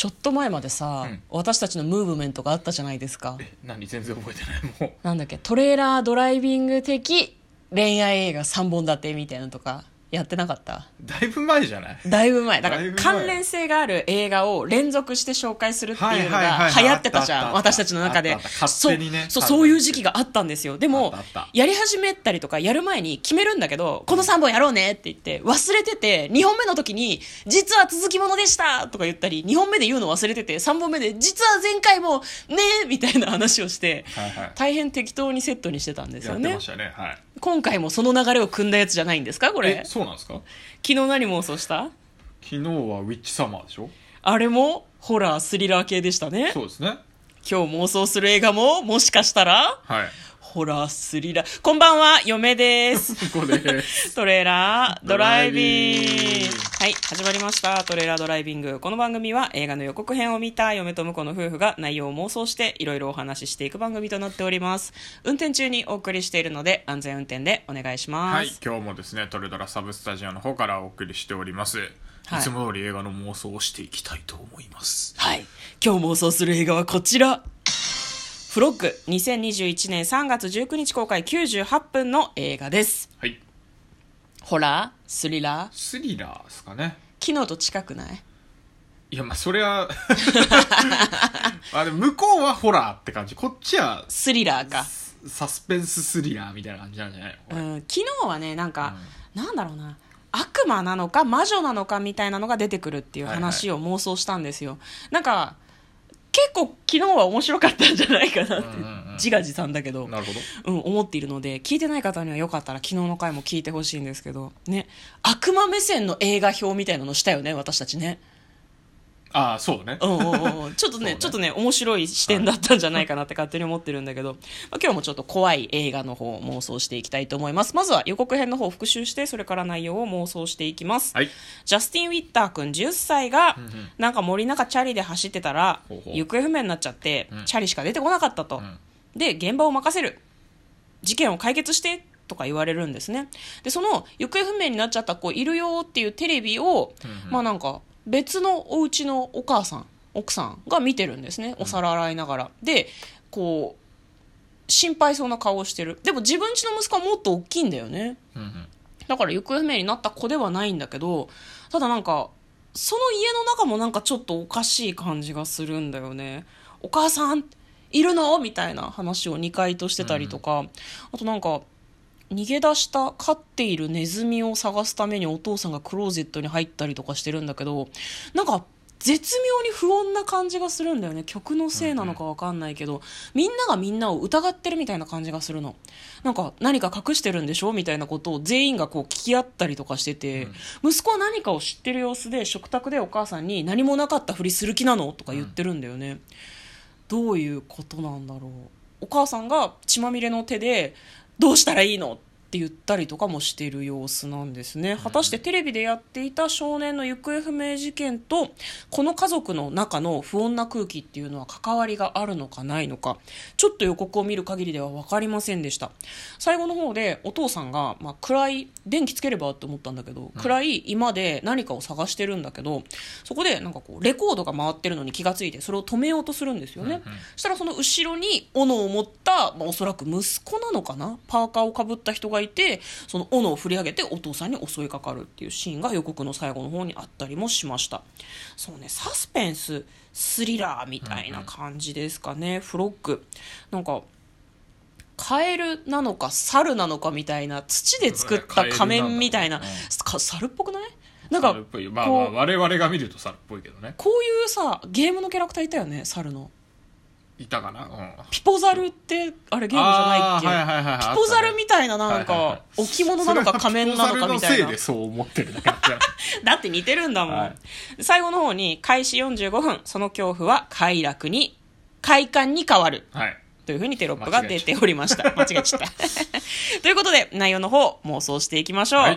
ちょっと前までさ、私たちのムーブメントがあったじゃないですか。 何全然覚えてないもう。 なんだっけ、トレーラードライビング的恋愛映画3本立てみたいなのとかやってなかった？ だいぶ前じゃない？ だいぶ前だから関連性がある映画を連続して紹介するっていうのが流行ってたじゃん、私たちの中で。 勝手にね、 そういう時期があったんですよ。でもやり始めたりとかやる前に決めるんだけど、この3本やろうねって言って忘れてて、2本目の時に実は続きものでしたとか言ったり、2本目で言うの忘れてて3本目で実は前回もねみたいな話をして、大変適当にセットにしてたんですよね。 やってましたね。はい。 今回もその流れを組んだやつじゃないんですかこれ？ そうなんですか？ 昨日何妄想した？ 昨日はウィッチサマーでしょ。 あれもホラースリラー系でしたね。 そうですね。 今日妄想する映画ももしかしたら、 はい、 ホラースリラー。こんばんは、嫁です。 ここですトレーラードライビング。はい、始まりましたトレーラードライビング。この番組は映画の予告編を見た嫁と婿の夫婦が内容を妄想していろいろお話ししていく番組となっております。運転中にお送りしているので安全運転でお願いします。 はい、今日もですねトレドラサブスタジオの方からお送りしております。いつも通り映画の妄想をしていきたいと思います。 はい、今日妄想する映画はこちら。フロッグ、2021年3月19日公開98分の映画です。 はい。 ホラースリラー？ スリラーですかね。 昨日と近くない？ いや、まあそれはでも向こうはホラーって感じ、こっちはスリラーか。 サスペンススリラーみたいな感じなんじゃないの？ 昨日はね、なんか、なんだろうな、悪魔なのか魔女なのかみたいなのが出てくるっていう話を妄想したんですよ。なんか結構昨日は面白かったんじゃないかなって、自画自賛だけど、 なるほど、 思っているので、聞いてない方にはよかったら昨日の回も聞いてほしいんですけどね。悪魔目線の映画表みたいなのしたよね、私たちね。 ああ、そうね。 ちょっとね、ちょっとね、面白い視点だったんじゃないかなって勝手に思ってるんだけど、今日もちょっと怖い映画の方を妄想していきたいと思います。まずは予告編の方を復習して、それから内容を妄想していきます。 はい。 ジャスティン・ウィッター君10歳が、なんか森の中チャリで走ってたら、行方不明になっちゃって、チャリしか出てこなかったと。で、現場を任せる。事件を解決して、とか言われるんですね。で、その行方不明になっちゃった子いるよっていうテレビを、まあなんか、別のお家のお母さん奥さんが見てるんですね、お皿洗いながら。でこう心配そうな顔をしてる。でも自分家の息子はもっと大きいんだよね、だから行方不明になった子ではないんだけど、ただなんかその家の中もなんかちょっとおかしい感じがするんだよね。お母さんいるのみたいな話を2回としてたりとか、あとなんか逃げ出した飼っているネズミを探すためにお父さんがクローゼットに入ったりとかしてるんだけど、なんか絶妙に不穏な感じがするんだよね。曲のせいなのか分かんないけど、みんながみんなを疑ってるみたいな感じがするの。なんか何か隠してるんでしょみたいなことを全員がこう聞き合ったりとかしてて、息子は何かを知ってる様子で食卓でお母さんに何もなかったふりする気なのとか言ってるんだよね、どういうことなんだろう。お母さんが血まみれの手でどうしたらいいのって言ったりとかもしている様子なんですね。果たしてテレビでやっていた少年の行方不明事件とこの家族の中の不穏な空気っていうのは関わりがあるのかないのか、ちょっと予告を見る限りでは分かりませんでした。最後の方でお父さんが、暗い電気つければって思ったんだけど、暗い居間で何かを探してるんだけど、そこでなんかこうレコードが回ってるのに気がついてそれを止めようとするんですよね、そしたらその後ろに斧を持った、おそらく息子なのかな、パーカーをかぶった人がいて、その斧を振り上げてお父さんに襲いかかるっていうシーンが予告の最後の方にあったりもしました。そうね、サスペンススリラーみたいな感じですかね、フロッグ。なんかカエルなのか猿なのかみたいな土で作った仮面みたいな、猿っぽくない？なんか猿っぽい。我々が見ると猿っぽいけどね。 こういうさゲームのキャラクターいたよね、猿の。 いたかな、 ピポザルってあれゲームじゃないっけ？ピポザルみたいななんか置物なのか仮面なのかみたいな。 ピポザルのせいでそう思ってるだけだっただって似てるんだもん、最後の方に開始45分その恐怖は快感に変わる、というふうにテロップが出ておりました。間違えちゃったということで内容の方妄想していきましょう、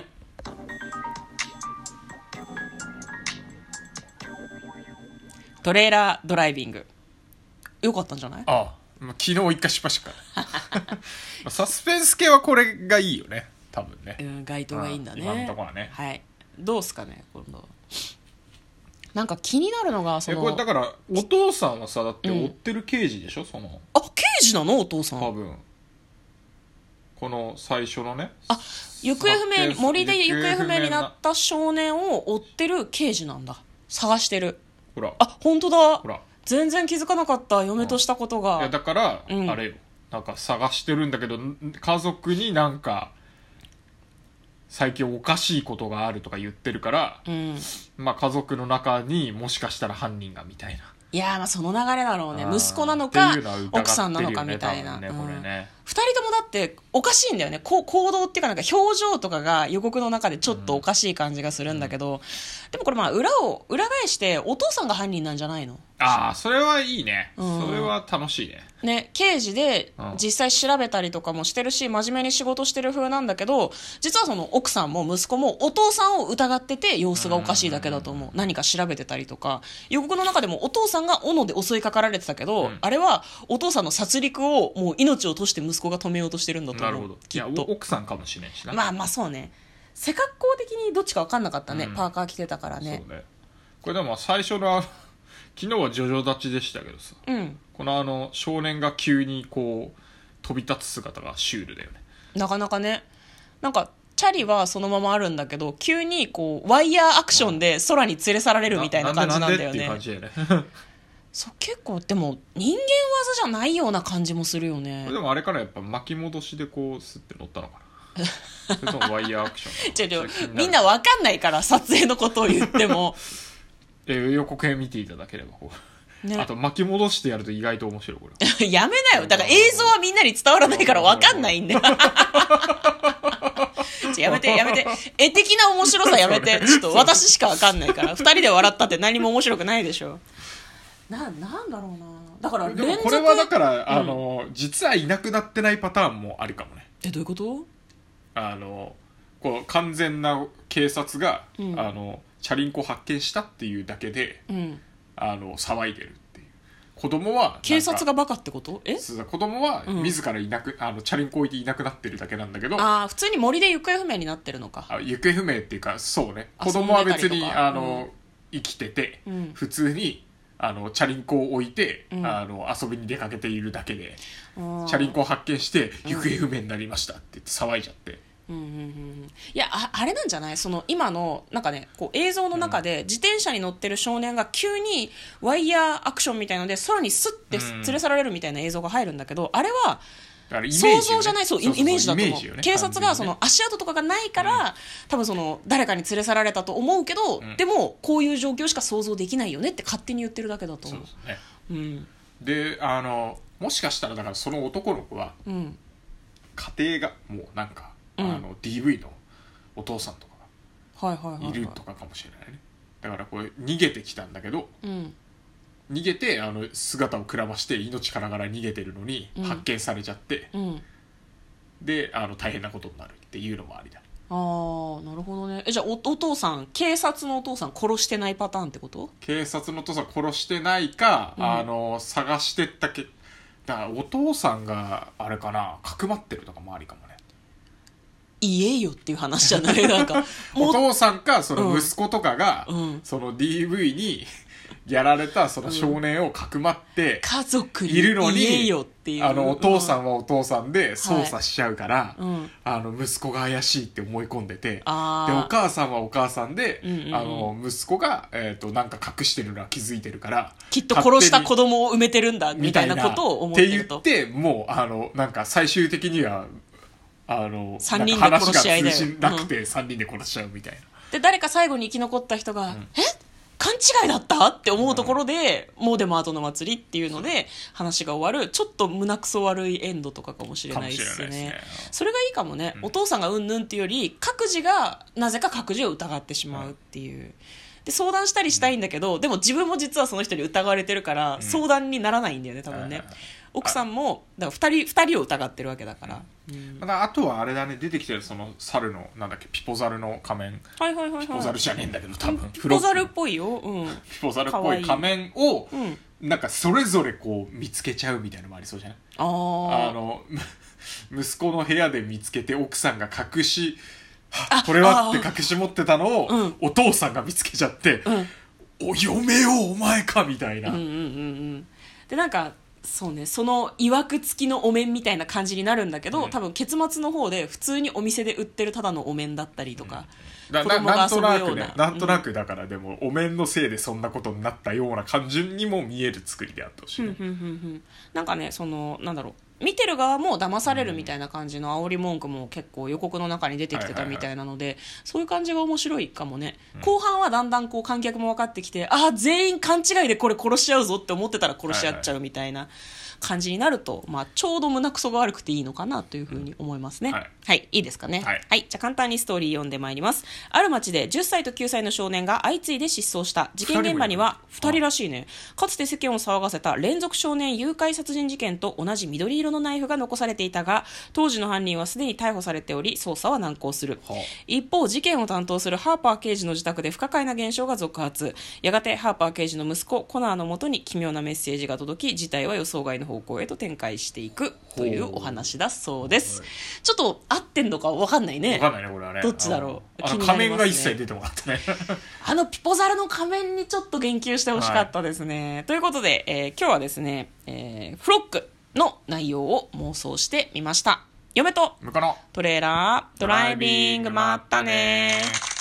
トレーラードライビングよかったんじゃない？ 昨日一回失敗したからサスペンス系はこれがいいよね、多分ね。 該当がいいんだね、 今のところはね。 はい、どうすかね今度。 なんか気になるのがこれだからお父さんはさだって追ってる刑事でしょ、そのあ刑事なのお父さん。 多分この最初のね行方不明に森で行方不明になった少年を追ってる刑事なんだ。探してる。 ほら本当だ。 ほら全然気づかなかった。嫁としたことが。 いやだから、あれよなんか探してるんだけど家族になんか最近おかしいことがあるとか言ってるから、まあ家族の中にもしかしたら犯人がみたいな。 いやまあその流れだろうね。息子なのか奥さんなのかみたいな。 これね 2人ともだっておかしいんだよね。行動っていうかなんか表情とかが予告の中でちょっとおかしい感じがするんだけど、でもこれまあ裏返してお父さんが犯人なんじゃないの？ ああそれはいいね、それは楽しいね。 ね、刑事で実際調べたりとかもしてるし真面目に仕事してる風なんだけど、実はその奥さんも息子もお父さんを疑ってて様子がおかしいだけだと思う。何か調べてたりとか、予告の中でもお父さんが斧で襲いかかられてたけど、あれはお父さんの殺戮をもう命を落として息子が止めようとしてるんだと思う。 なるほど。 きっといや奥さんかもしれんしな。 まあまあそうね。背格好的にどっちか分かんなかったね、パーカー着てたからね。 そうね。これでも最初の昨日はジョジョ立ちでしたけどさ、この少年が急にこう飛び立つ姿がシュールだよね。 なかなかね。なんかチャリはそのままあるんだけど急にこうワイヤーアクションで空に連れ去られるみたいな感じなんだよね。そう結構でも人間技じゃないような感じもするよね。 これでもあれからやっぱ巻き戻しでこうスッて乗ったのかなそれともワイヤーアクションみんなわかんないから撮影のことを言っても予告編見ていただければこう、ね、あと巻き戻してやると意外と面白いこれやめなよ。だから映像はみんなに伝わらないからわかんないんだよやめて絵的な面白さやめてちょっと私しかわかんないから2人で笑ったって何も面白くないでしょ。なんだろうな。だから連続でもこれはだから、実はいなくなってないパターンもあるかもね。 どういうこと？ こう完全な警察が、チャリンコを発見したっていうだけで、騒いでるっていう。子供は警察がバカってこと？ 子供は自らチャリンコ置いていなくなってるだけなんだけど、 普通に森で行方不明になってるのか。 行方不明っていうかそうね。子供は別に生きてて、普通にチャリンコを置いて、遊びに出かけているだけで、チャリンコを発見して行方不明になりましたって言って騒いじゃって、 いや あれなんじゃない？その今のなんかねこう映像の中で自転車に乗ってる少年が急にワイヤーアクションみたいので空にスッて連れ去られるみたいな映像が入るんだけど、あれは想像じゃない。そうイメージだと思う。警察がその足跡とかがないから、多分その誰かに連れ去られたと思うけど、でもこういう状況しか想像できないよねって勝手に言ってるだけだと思う。そうですね。 でもしかしたらだからその男の子は、家庭がもうなんか、DV のお父さんとかがいるとかかもしれないね。だからこれ逃げてきたんだけど、逃げて姿をくらまして命からがら逃げてるのに発見されちゃって、で大変なことになるっていうのもありだ。 なるほどね。じゃあお父さん警察のお父さん殺してないパターンってこと？ 警察のお父さん殺してないか、探してっただからお父さんがあれかなかくまってるとかもありかもね。 言えよっていう話じゃない？なんかお父さんかその息子とかが、その DV にやられたその少年をかくまって家族にいるのに、 言えよっていう、 お父さんはお父さんで操作しちゃうから、息子が怪しいって思い込んでて、でお母さんはお母さんで、息子が、なんか隠してるのは気づいてるからきっと殺した子供を埋めてるんだみたいなことを思ってるとって言ってもうなんか最終的には 3人で殺し合いだよ。 話が通じなくて3人で殺しちゃうみたいな。 で誰か最後に生き残った人が、勘違いだったって思うところで、もうでも後の祭りっていうので話が終わる、ちょっと胸くそ悪いエンドとかかもしれないですね。それがいいかもね。お父さんがうんぬんっていうより各自がなぜか各自を疑ってしまうっていう、で相談したりしたいんだけど、でも自分も実はその人に疑われてるから相談にならないんだよね多分ね。奥さんもだから2人を疑ってるわけだから、 あとはあれだね、出てきてるその猿のなんだっけピポザルの仮面、ピポザルじゃねえんだけど多分ピポザルっぽいよ、 ピポザルっぽい仮面をなんかそれぞれこう見つけちゃうみたいなのもありそうじゃない？息子の部屋で見つけて奥さんが隠しこれはって隠し持ってたのをお父さんが見つけちゃって、 お嫁よお前かみたいな、 でなんかそうね、その曰く付きのお面みたいな感じになるんだけど、多分結末の方で普通にお店で売ってるただのお面だったりとか、子供が遊ぶような、 なんとなくだからでもお面のせいでそんなことになったような感じにも見える作りであってほしいね。 なんかね、そのなんだろう、見てる側も騙されるみたいな感じの煽り文句も結構予告の中に出てきてたみたいなので、そういう感じが面白いかもね。後半はだんだんこう観客も分かってきて、ああ全員勘違いでこれ殺し合うぞって思ってたら殺し合っちゃうみたいな感じになると、まあ、ちょうど胸くそが悪くていいのかなというふうに思いますね。はい、いいですかね。はい、じゃあ簡単にストーリー読んでまいります。ある町で10歳と9歳の少年が相次いで失踪した。事件現場には2人らしいね。かつて世間を騒がせた連続少年誘拐殺人事件と同じ緑色のナイフが残されていたが、当時の犯人はすでに逮捕されており、捜査は難航する。一方、事件を担当するハーパー刑事の自宅で不可解な現象が続発。やがてハーパー刑事の息子コナーのもとに奇妙なメッセージが届き、事態は予想外の方向へと展開していくというお話だそうです。ちょっと合ってんのか分かんないね。 分かんないね、これはね。 どっちだろう。 仮面が一切出てもらったね。 ピポザルの仮面にちょっと言及してほしかったですね。ということで、今日はですね、フロックの内容を妄想してみました。嫁と向こうのトレーラードライビング、まったね。